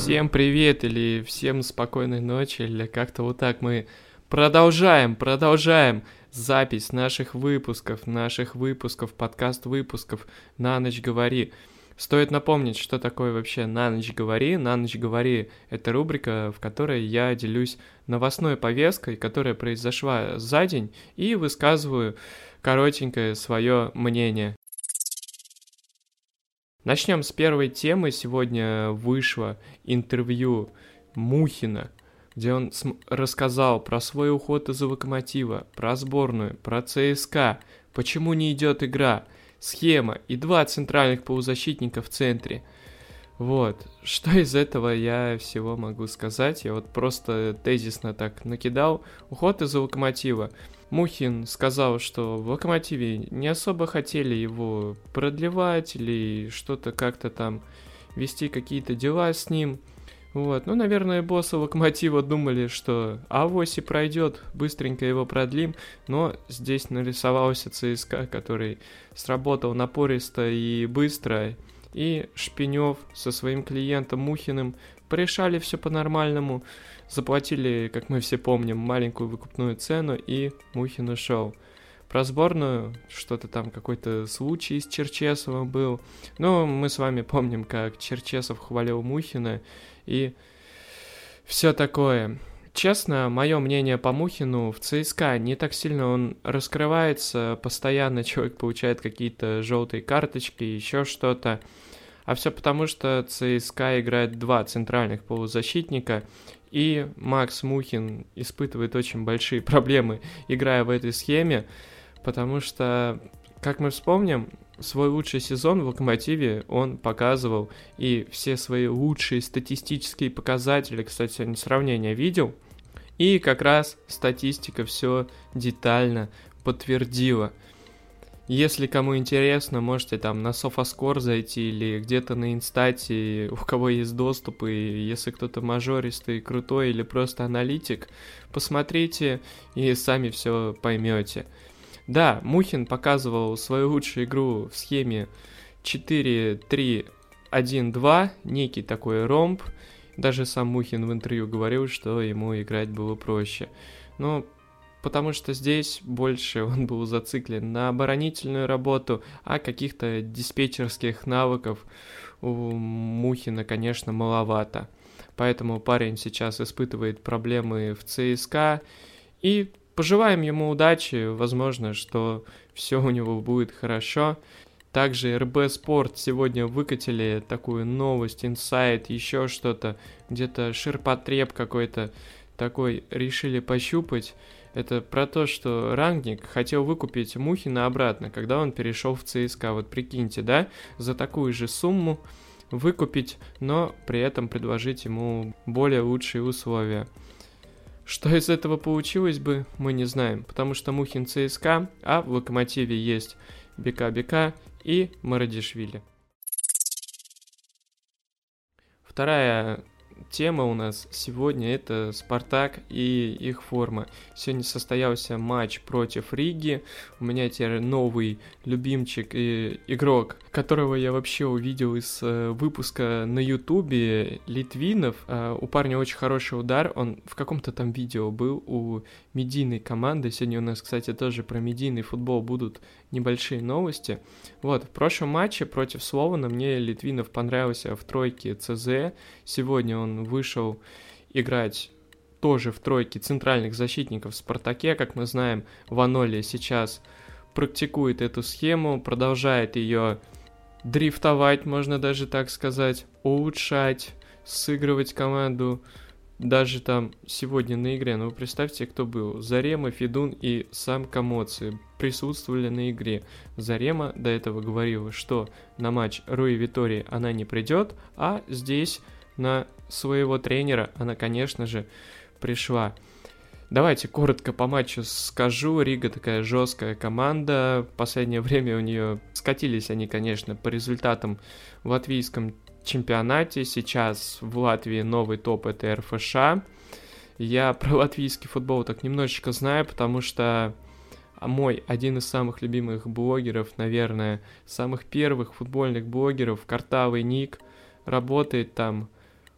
Всем привет или всем спокойной ночи, или как-то вот так мы продолжаем запись наших выпусков, подкаст-выпусков «На ночь говори». Стоит напомнить, что такое вообще «На ночь говори». «На ночь говори» — это рубрика, в которой я делюсь новостной повесткой, которая произошла за день, и высказываю коротенькое свое мнение. Начнем с первой темы. Сегодня вышло интервью Мухина, где он рассказал про свой уход из Локомотива, про сборную, про ЦСКА, почему не идет игра, схема и 2 центральных полузащитника в центре. Вот, что из этого я всего могу сказать? Я вот просто тезисно так накидал. Уход из Локомотива. Мухин сказал, что в Локомотиве не особо хотели его продлевать или что-то как-то там вести какие-то дела с ним. Вот, ну, наверное, боссы Локомотива думали, что авось и пройдет, быстренько его продлим, но здесь нарисовался ЦСКА, который сработал напористо и быстро, и Шпинев со своим клиентом Мухиным порешали все по-нормальному, заплатили, как мы все помним, маленькую выкупную цену, и Мухин ушел. Про сборную что-то там, какой-то случай с Черчесовым был. Но мы с вами помним, как Черчесов хвалил Мухина и все такое. Честно, мое мнение по Мухину, в ЦСКА не так сильно он раскрывается, постоянно человек получает какие-то желтые карточки, еще что-то. А все потому, что ЦСКА играет 2 центральных полузащитника, и Макс Мухин испытывает очень большие проблемы, играя в этой схеме, потому что, как мы вспомним, свой лучший сезон в Локомотиве он показывал, и все свои лучшие статистические показатели, кстати, сегодня сравнение видел, и как раз статистика все детально подтвердила. Если кому интересно, можете там на SofaScore зайти или где-то на Инстате, у кого есть доступ, и если кто-то мажористый, крутой или просто аналитик, посмотрите и сами все поймете. Да, Мухин показывал свою лучшую игру в схеме 4-3-1-2, некий такой ромб. Даже сам Мухин в интервью говорил, что ему играть было проще. Но потому что здесь больше он был зациклен на оборонительную работу, а каких-то диспетчерских навыков у Мухина, конечно, маловато. Поэтому парень сейчас испытывает проблемы в ЦСКА, и пожелаем ему удачи, возможно, что все у него будет хорошо. Также РБ Спорт сегодня выкатили такую новость, инсайт, еще что-то, где-то ширпотреб какой-то такой решили пощупать. Это про то, что Рангник хотел выкупить Мухина обратно, когда он перешел в ЦСКА. Вот прикиньте, да, за такую же сумму выкупить, но при этом предложить ему более лучшие условия. Что из этого получилось бы, мы не знаем, потому что Мухин ЦСКА, а в Локомотиве есть Бека и Марадишвили. Вторая тема у нас сегодня — это Спартак и их форма. Сегодня состоялся матч против Риги. У меня теперь новый любимчик и игрок, которого я вообще увидел из выпуска на Ютубе, Литвинов. У парня очень хороший удар. Он в каком-то там видео был у медийной команды. Сегодня у нас, кстати, тоже про медийный футбол будут небольшие новости. Вот, в прошлом матче против Слована мне Литвинов понравился в тройке ЦЗ. Сегодня он вышел играть тоже в тройке центральных защитников в Спартаке. Как мы знаем, Ваноли сейчас практикует эту схему, продолжает ее дрифтовать, можно даже так сказать, улучшать, сыгрывать команду. Даже там сегодня на игре, ну вы представьте, кто был. Зарема, Федун и сам Комоци присутствовали на игре. Зарема до этого говорила, что на матч Руи Витории она не придет, а здесь на своего тренера она, конечно же, пришла. Давайте коротко по матчу скажу. Рига такая жесткая команда. В последнее время у нее скатились они, конечно, по результатам в латвийском чемпионате. Сейчас в Латвии новый топ — это РФШ. Я про латвийский футбол так немножечко знаю, потому что мой один из самых любимых блогеров, наверное, самых первых футбольных блогеров, Картавый Ник, работает там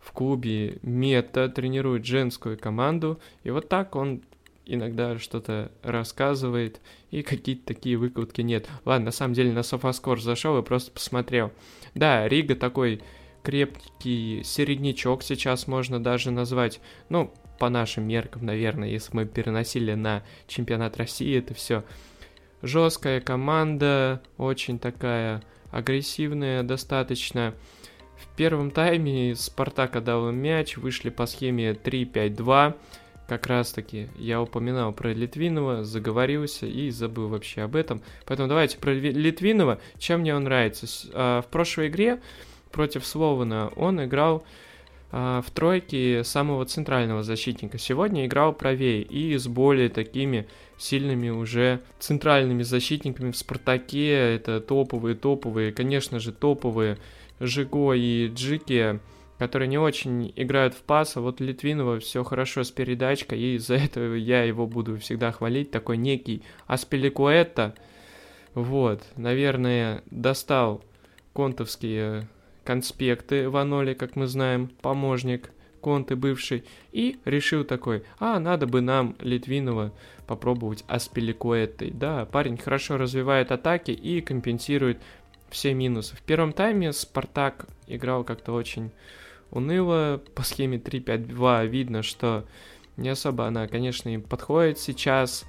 в клубе Мета, тренирует женскую команду, и вот так он иногда что-то рассказывает, и какие-то такие выкрутки нет. Ладно, на самом деле на Софаскор зашел и просто посмотрел. Да, Рига такой крепкий середнячок сейчас можно даже назвать, ну, по нашим меркам, наверное, если мы переносили на чемпионат России это все. Жесткая команда, очень такая агрессивная достаточно. В первом тайме Спартак отдал им мяч, вышли по схеме 3-5-2. Как раз таки я упоминал про Литвинова, заговорился и забыл вообще об этом. Поэтому давайте про Литвинова. Чем мне он нравится? В прошлой игре против Слована он играл в тройке самого центрального защитника. Сегодня играл правее и с более такими сильными уже центральными защитниками в Спартаке. Это топовые, конечно же, топовые Жиго и Джики, которые не очень играют в пас, а вот Литвинова все хорошо с передачкой, и из-за этого я его буду всегда хвалить, такой некий Аспиликуэта. Вот, наверное, достал контовские конспекты в Аноле, как мы знаем, помощник Конты бывший, и решил такой, надо бы нам Литвинова попробовать Аспиликуэтой. Да, парень хорошо развивает атаки и компенсирует все минусы. В первом тайме Спартак играл как-то очень уныло, по схеме 3-5-2 видно, что не особо она, конечно, им подходит сейчас.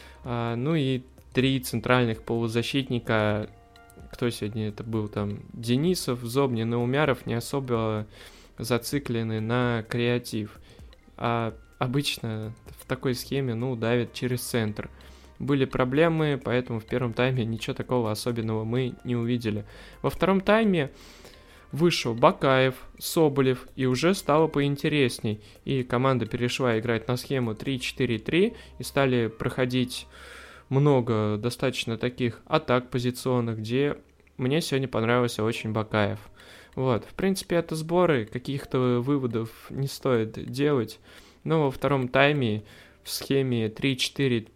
Ну и 3 центральных полузащитника, кто сегодня это был, там, Денисов, Зобнин и Умяров, не особо зациклены на креатив. А обычно в такой схеме, давят через центр. Были проблемы, поэтому в первом тайме ничего такого особенного мы не увидели. Во втором тайме вышел Бакаев, Соболев, и уже стало поинтересней. И команда перешла играть на схему 3-4-3, и стали проходить много достаточно таких атак позиционных, где мне сегодня понравился очень Бакаев. Вот, в принципе, это сборы, каких-то выводов не стоит делать. Но во втором тайме в схеме 3-4-3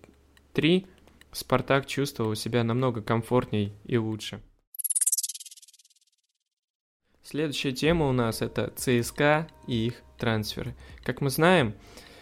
Спартак чувствовал себя намного комфортней и лучше. Следующая тема у нас это ЦСКА и их трансферы. Как мы знаем,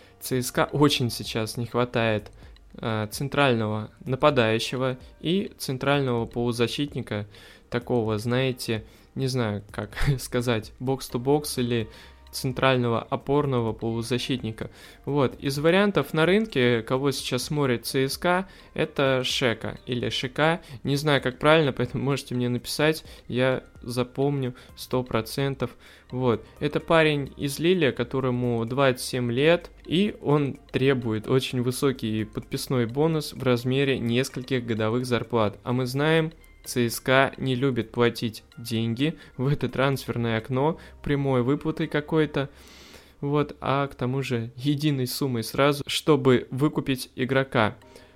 ЦСКА очень сейчас не хватает центрального нападающего и центрального полузащитника, такого, знаете, не знаю, как сказать, бокс-то-бокс или центрального опорного полузащитника. Вот, из вариантов на рынке, кого сейчас смотрит ЦСКА, это Шека или Шека, не знаю, как правильно, поэтому можете мне написать, я запомню 100%. Вот, это парень из Лиля, которому 27 лет, и он требует очень высокий подписной бонус в размере нескольких годовых зарплат. А мы знаем, ЦСКА не любит платить деньги в это трансферное окно, прямой выплатой какой-то, вот, а к тому же единой суммой сразу, чтобы выкупить игрока.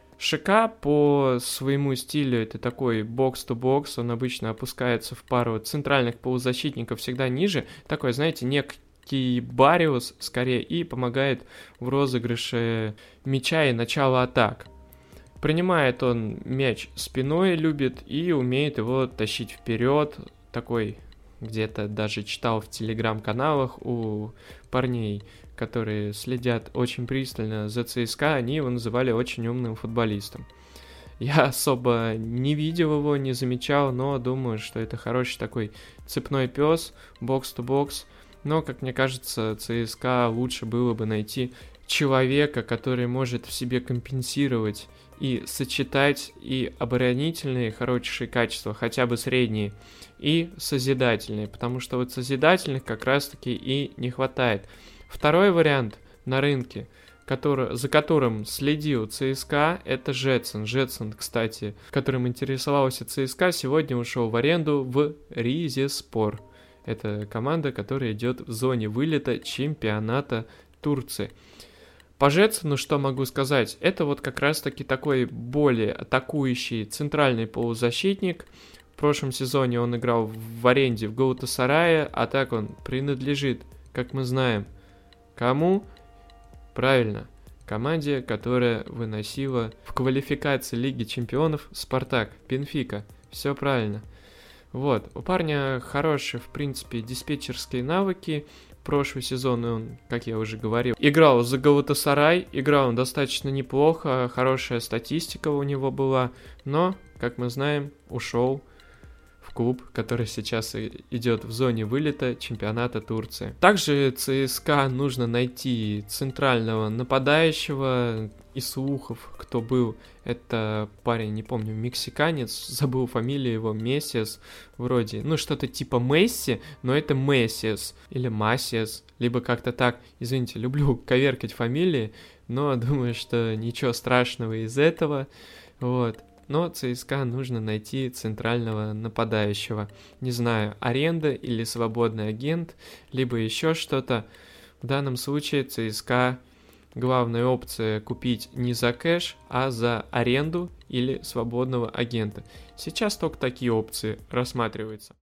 ШК по своему стилю это такой бокс-то-бокс, он обычно опускается в пару центральных полузащитников всегда ниже, такой, знаете, некий Бариус скорее, и помогает в розыгрыше мяча и начала атак. Принимает он мяч спиной, любит и умеет его тащить вперед. Такой, где-то даже читал в телеграм-каналах у парней, которые следят очень пристально за ЦСКА, они его называли очень умным футболистом. Я особо не видел его, не замечал, но думаю, что это хороший такой цепной пес, бокс-то-бокс. Но, как мне кажется, ЦСКА лучше было бы найти человека, который может в себе компенсировать и сочетать и оборонительные хорошие качества, хотя бы средние, и созидательные, потому что вот созидательных как раз-таки и не хватает. Второй вариант на рынке, за которым следил ЦСКА, это Жетсон. Жетсон, кстати, которым интересовался ЦСКА, сегодня ушел в аренду в Ризеспор. Это команда, которая идет в зоне вылета чемпионата Турции. По Жетсону что могу сказать? Это вот как раз-таки такой более атакующий центральный полузащитник. В прошлом сезоне он играл в аренде в Галатасарае, а так он принадлежит, как мы знаем, кому? Правильно, команде, которая выносила в квалификации Лиги Чемпионов Спартак, Бенфика. Все правильно. Вот, у парня хорошие, в принципе, диспетчерские навыки, прошлый сезон он, как я уже говорил, играл за Галатасарай, играл он достаточно неплохо, хорошая статистика у него была, но, как мы знаем, ушел в клуб, который сейчас идет в зоне вылета чемпионата Турции. Также ЦСКА нужно найти центрального нападающего. Из слухов, кто был, это парень, не помню, мексиканец, забыл фамилию его, Мессиас, вроде, ну что-то типа Месси, но это Мессиас или Масиас, либо как-то так, извините, люблю коверкать фамилии, но думаю, что ничего страшного из этого, вот. Но ЦСКА нужно найти центрального нападающего. Не знаю, аренда или свободный агент, либо еще что-то. В данном случае ЦСКА главная опция купить не за кэш, а за аренду или свободного агента. Сейчас только такие опции рассматриваются.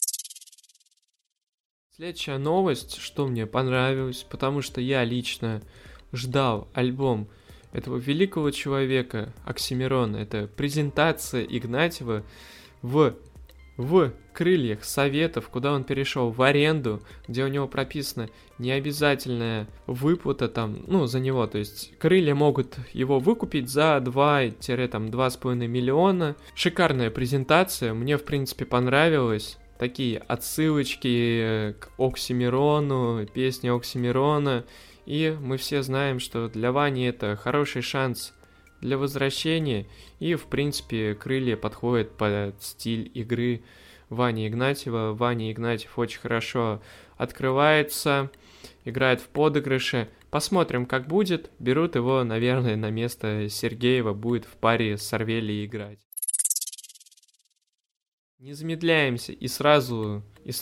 Следующая новость, что мне понравилось, потому что я лично ждал альбом этого великого человека Оксимирона. Это презентация Игнатьева в крыльях Советов, куда он перешел в аренду, где у него прописана необязательная выплата там, ну, за него, то есть крылья могут его выкупить за 2-2,5 миллиона. Шикарная презентация, мне в принципе понравилось. Такие отсылочки к Оксимирону, песни Оксимирона. И мы все знаем, что для Вани это хороший шанс для возвращения. И, в принципе, крылья подходят под стиль игры Вани Игнатьева. Ваня Игнатьев очень хорошо открывается, играет в подыгрыше. Посмотрим, как будет. Берут его, наверное, на место Сергеева. Будет в паре с Арвелией играть. Не замедляемся и сразу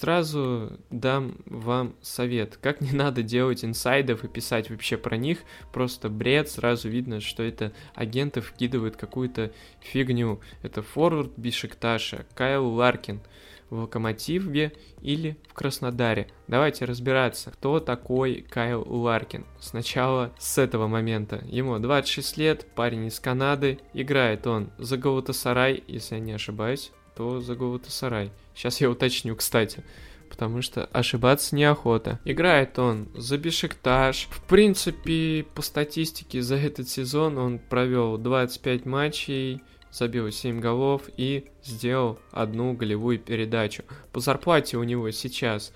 дам вам совет. Как не надо делать инсайдов и писать вообще про них, просто бред, сразу видно, что это агенты вкидывают какую-то фигню. Это форвард Бешикташа, Кайл Ларкин в Локомотиве или в Краснодаре. Давайте разбираться, кто такой Кайл Ларкин. Сначала с этого момента. Ему 26 лет, парень из Канады, играет он за Галатасарай, если я не ошибаюсь, то за Галатасарай. Сейчас я уточню, кстати, потому что ошибаться неохота. Играет он за Бешикташ. В принципе, по статистике за этот сезон он провел 25 матчей, забил 7 голов и сделал одну голевую передачу. По зарплате у него сейчас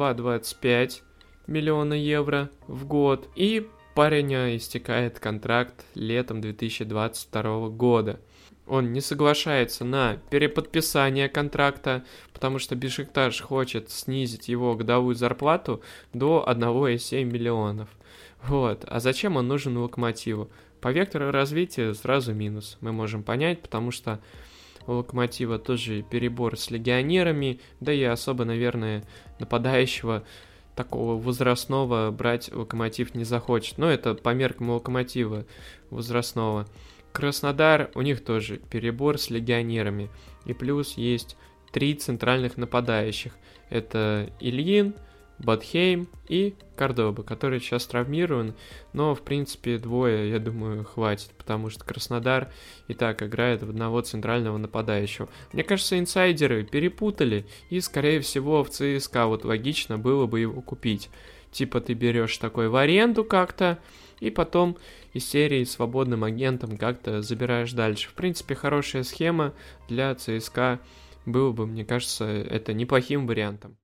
2,25 миллиона евро в год. И парня истекает контракт летом 2022 года. Он не соглашается на переподписание контракта, потому что Бешикташ хочет снизить его годовую зарплату до 1,7 миллионов. Вот. А зачем он нужен Локомотиву? По вектору развития сразу минус. Мы можем понять, потому что у Локомотива тоже перебор с легионерами, да и особо, наверное, нападающего такого возрастного брать Локомотив не захочет. Но это по меркам Локомотива возрастного. Краснодар, у них тоже перебор с легионерами. И плюс есть 3 центральных нападающих. Это Ильин, Батхейм и Кордоба, который сейчас травмирован. Но, в принципе, двое, я думаю, хватит, потому что Краснодар и так играет в одного центрального нападающего. Мне кажется, инсайдеры перепутали, и, скорее всего, в ЦСКА вот логично было бы его купить. Типа ты берешь такой в аренду как-то, и потом из серии свободным агентом как-то забираешь дальше. В принципе, хорошая схема для ЦСКА. Было бы, мне кажется, это неплохим вариантом.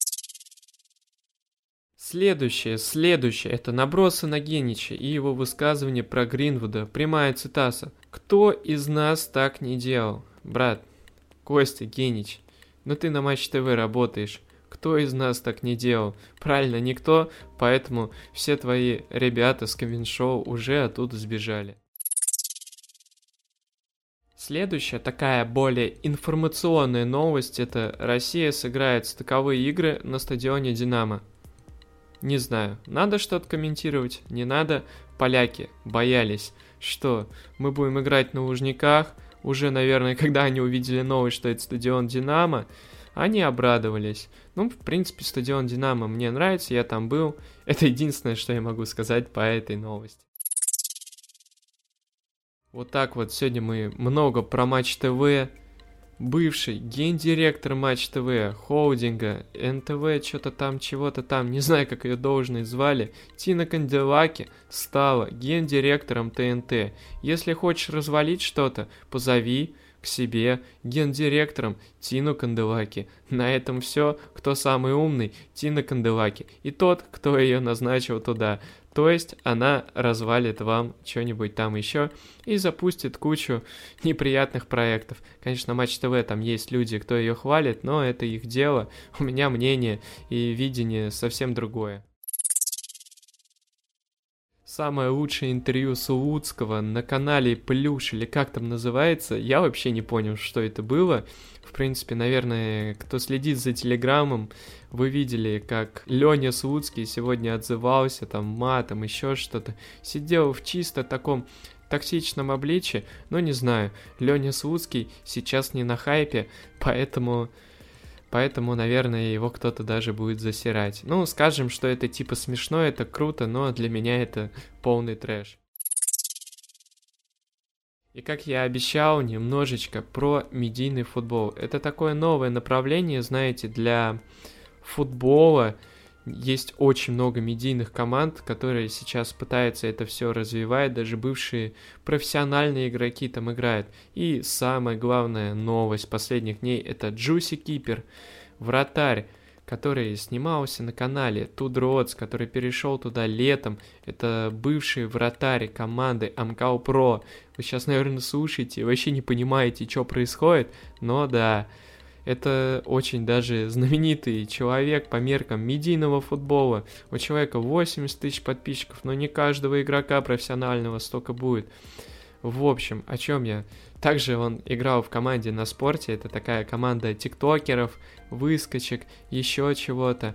Следующее, это набросы на Генича и его высказывание про Гринвуда. Прямая цитата. Кто из нас так не делал? Брат, Костя, Генич, ну ты на Матч ТВ работаешь. Кто из нас так не делал? Правильно, никто, поэтому все твои ребята с Ковеншоу уже оттуда сбежали. Следующая, такая более информационная новость, это Россия сыграет стыковые игры на стадионе Динамо. Не знаю, надо что-то комментировать, не надо. Поляки боялись, что мы будем играть на Лужниках. Уже, наверное, когда они увидели новость, что это стадион Динамо, они обрадовались. Ну, в принципе, стадион Динамо мне нравится, я там был. Это единственное, что я могу сказать по этой новости. Вот так вот, сегодня мы много про Матч ТВ, бывший гендиректор Матч ТВ, холдинга, НТВ, что-то там, чего-то там, не знаю, как ее должность звали, Тина Канделаки стала гендиректором ТНТ. Если хочешь развалить что-то, позови к себе гендиректором Тину Канделаки. На этом все. Кто самый умный? Тина Канделаки. И тот, кто ее назначил туда. То есть она развалит вам что-нибудь там еще и запустит кучу неприятных проектов. Конечно, Матч ТВ, там есть люди, кто ее хвалит, но это их дело. У меня мнение и видение совсем другое. Самое лучшее интервью Слуцкого на канале Плюш, или как там называется, я вообще не понял, что это было. В принципе, наверное, кто следит за Телеграмом, вы видели, как Леня Слуцкий сегодня отзывался, там, матом, еще что-то. Сидел в чисто таком токсичном обличье, но не знаю, Леня Слуцкий сейчас не на хайпе, поэтому, наверное, его кто-то даже будет засирать. Ну, скажем, что это типа смешно, это круто, но для меня это полный трэш. И как я обещал, немножечко про медийный футбол. Это такое новое направление, знаете, для футбола. Есть очень много медийных команд, которые сейчас пытаются это все развивать, даже бывшие профессиональные игроки там играют. И самая главная новость последних дней — это Джуси Кипер, вратарь, который снимался на канале Two Drots, который перешел туда летом. Это бывший вратарь команды Амкал Про. Вы сейчас, наверное, слушаете и вообще не понимаете, что происходит, но да, это очень даже знаменитый человек по меркам медийного футбола. У человека 80 тысяч подписчиков, но не каждого игрока профессионального столько будет. В общем, о чем я? Также он играл в команде на спорте, это такая команда тиктокеров, выскочек, еще чего-то.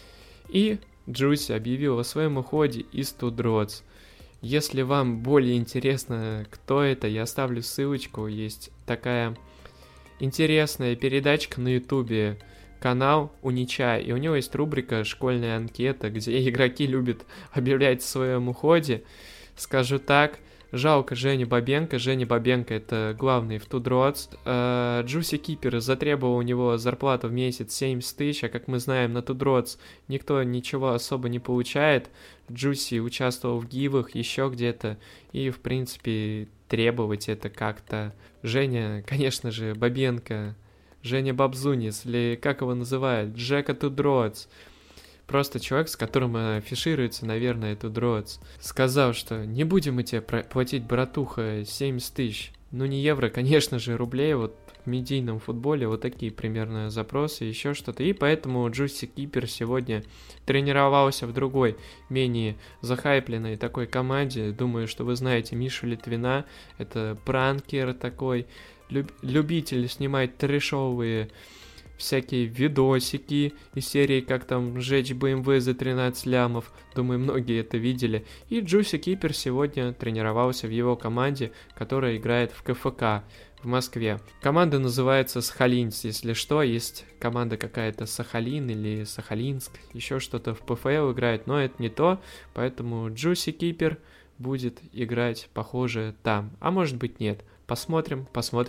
И Джуси объявил о своем уходе из Two Drots. Если вам более интересно, кто это, я оставлю ссылочку. Есть такая интересная передачка на ютубе, канал Унича, и у него есть рубрика «Школьная анкета», где игроки любят объявлять о своем уходе. Скажу так, жалко Женю Бабенко. Женя Бабенко — это главный в Two Drots. Джуси Кипер затребовал у него зарплату в месяц 70 тысяч, а как мы знаем, на Two Drots никто ничего особо не получает. Джуси участвовал в гивах, еще где-то, и, в принципе, требовать это как-то. Женя, конечно же, Бабенко, Женя Бабзунис, или как его называют, Джека Two Drots, просто человек, с которым афишируется, наверное, Two Drots, сказал, что не будем мы тебе платить, братуха, 70 тысяч. Ну, не евро, конечно же, рублей. Вот в медийном футболе вот такие примерно запросы, еще что-то. И поэтому Джуси Кипер сегодня тренировался в другой, менее захайпленной такой команде. Думаю, что вы знаете Мишу Литвина. Это пранкер такой, любитель снимать трэшовые всякие видосики из серии, как там сжечь BMW за 13 лямов. Думаю, многие это видели. И Джуси Кипер сегодня тренировался в его команде, которая играет в КФК в Москве. Команда называется Сахалинец, если что. Есть команда какая-то Сахалин или Сахалинск, еще что-то в ПФЛ играет, но это не то. Поэтому Джуси Кипер будет играть, похоже, там. А может быть, нет. Посмотрим.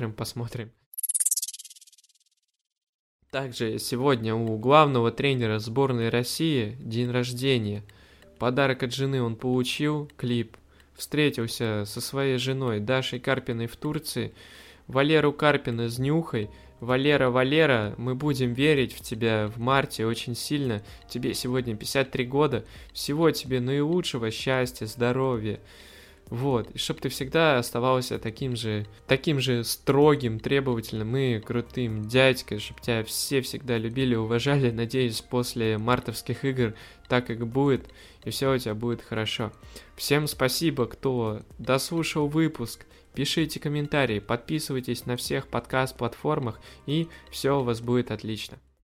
Также сегодня у главного тренера сборной России день рождения. Подарок от жены он получил, клип. Встретился со своей женой Дашей Карпиной в Турции. Валеру Карпина с нюхой. Валера, мы будем верить в тебя в марте очень сильно. Тебе сегодня 53 года. Всего тебе наилучшего, счастья, здоровья. Вот, и чтобы ты всегда оставался таким же строгим, требовательным и крутым дядькой, чтобы тебя все всегда любили, уважали. Надеюсь, после мартовских игр так и будет, и все у тебя будет хорошо. Всем спасибо, кто дослушал выпуск. Пишите комментарии, подписывайтесь на всех подкаст-платформах, и все у вас будет отлично.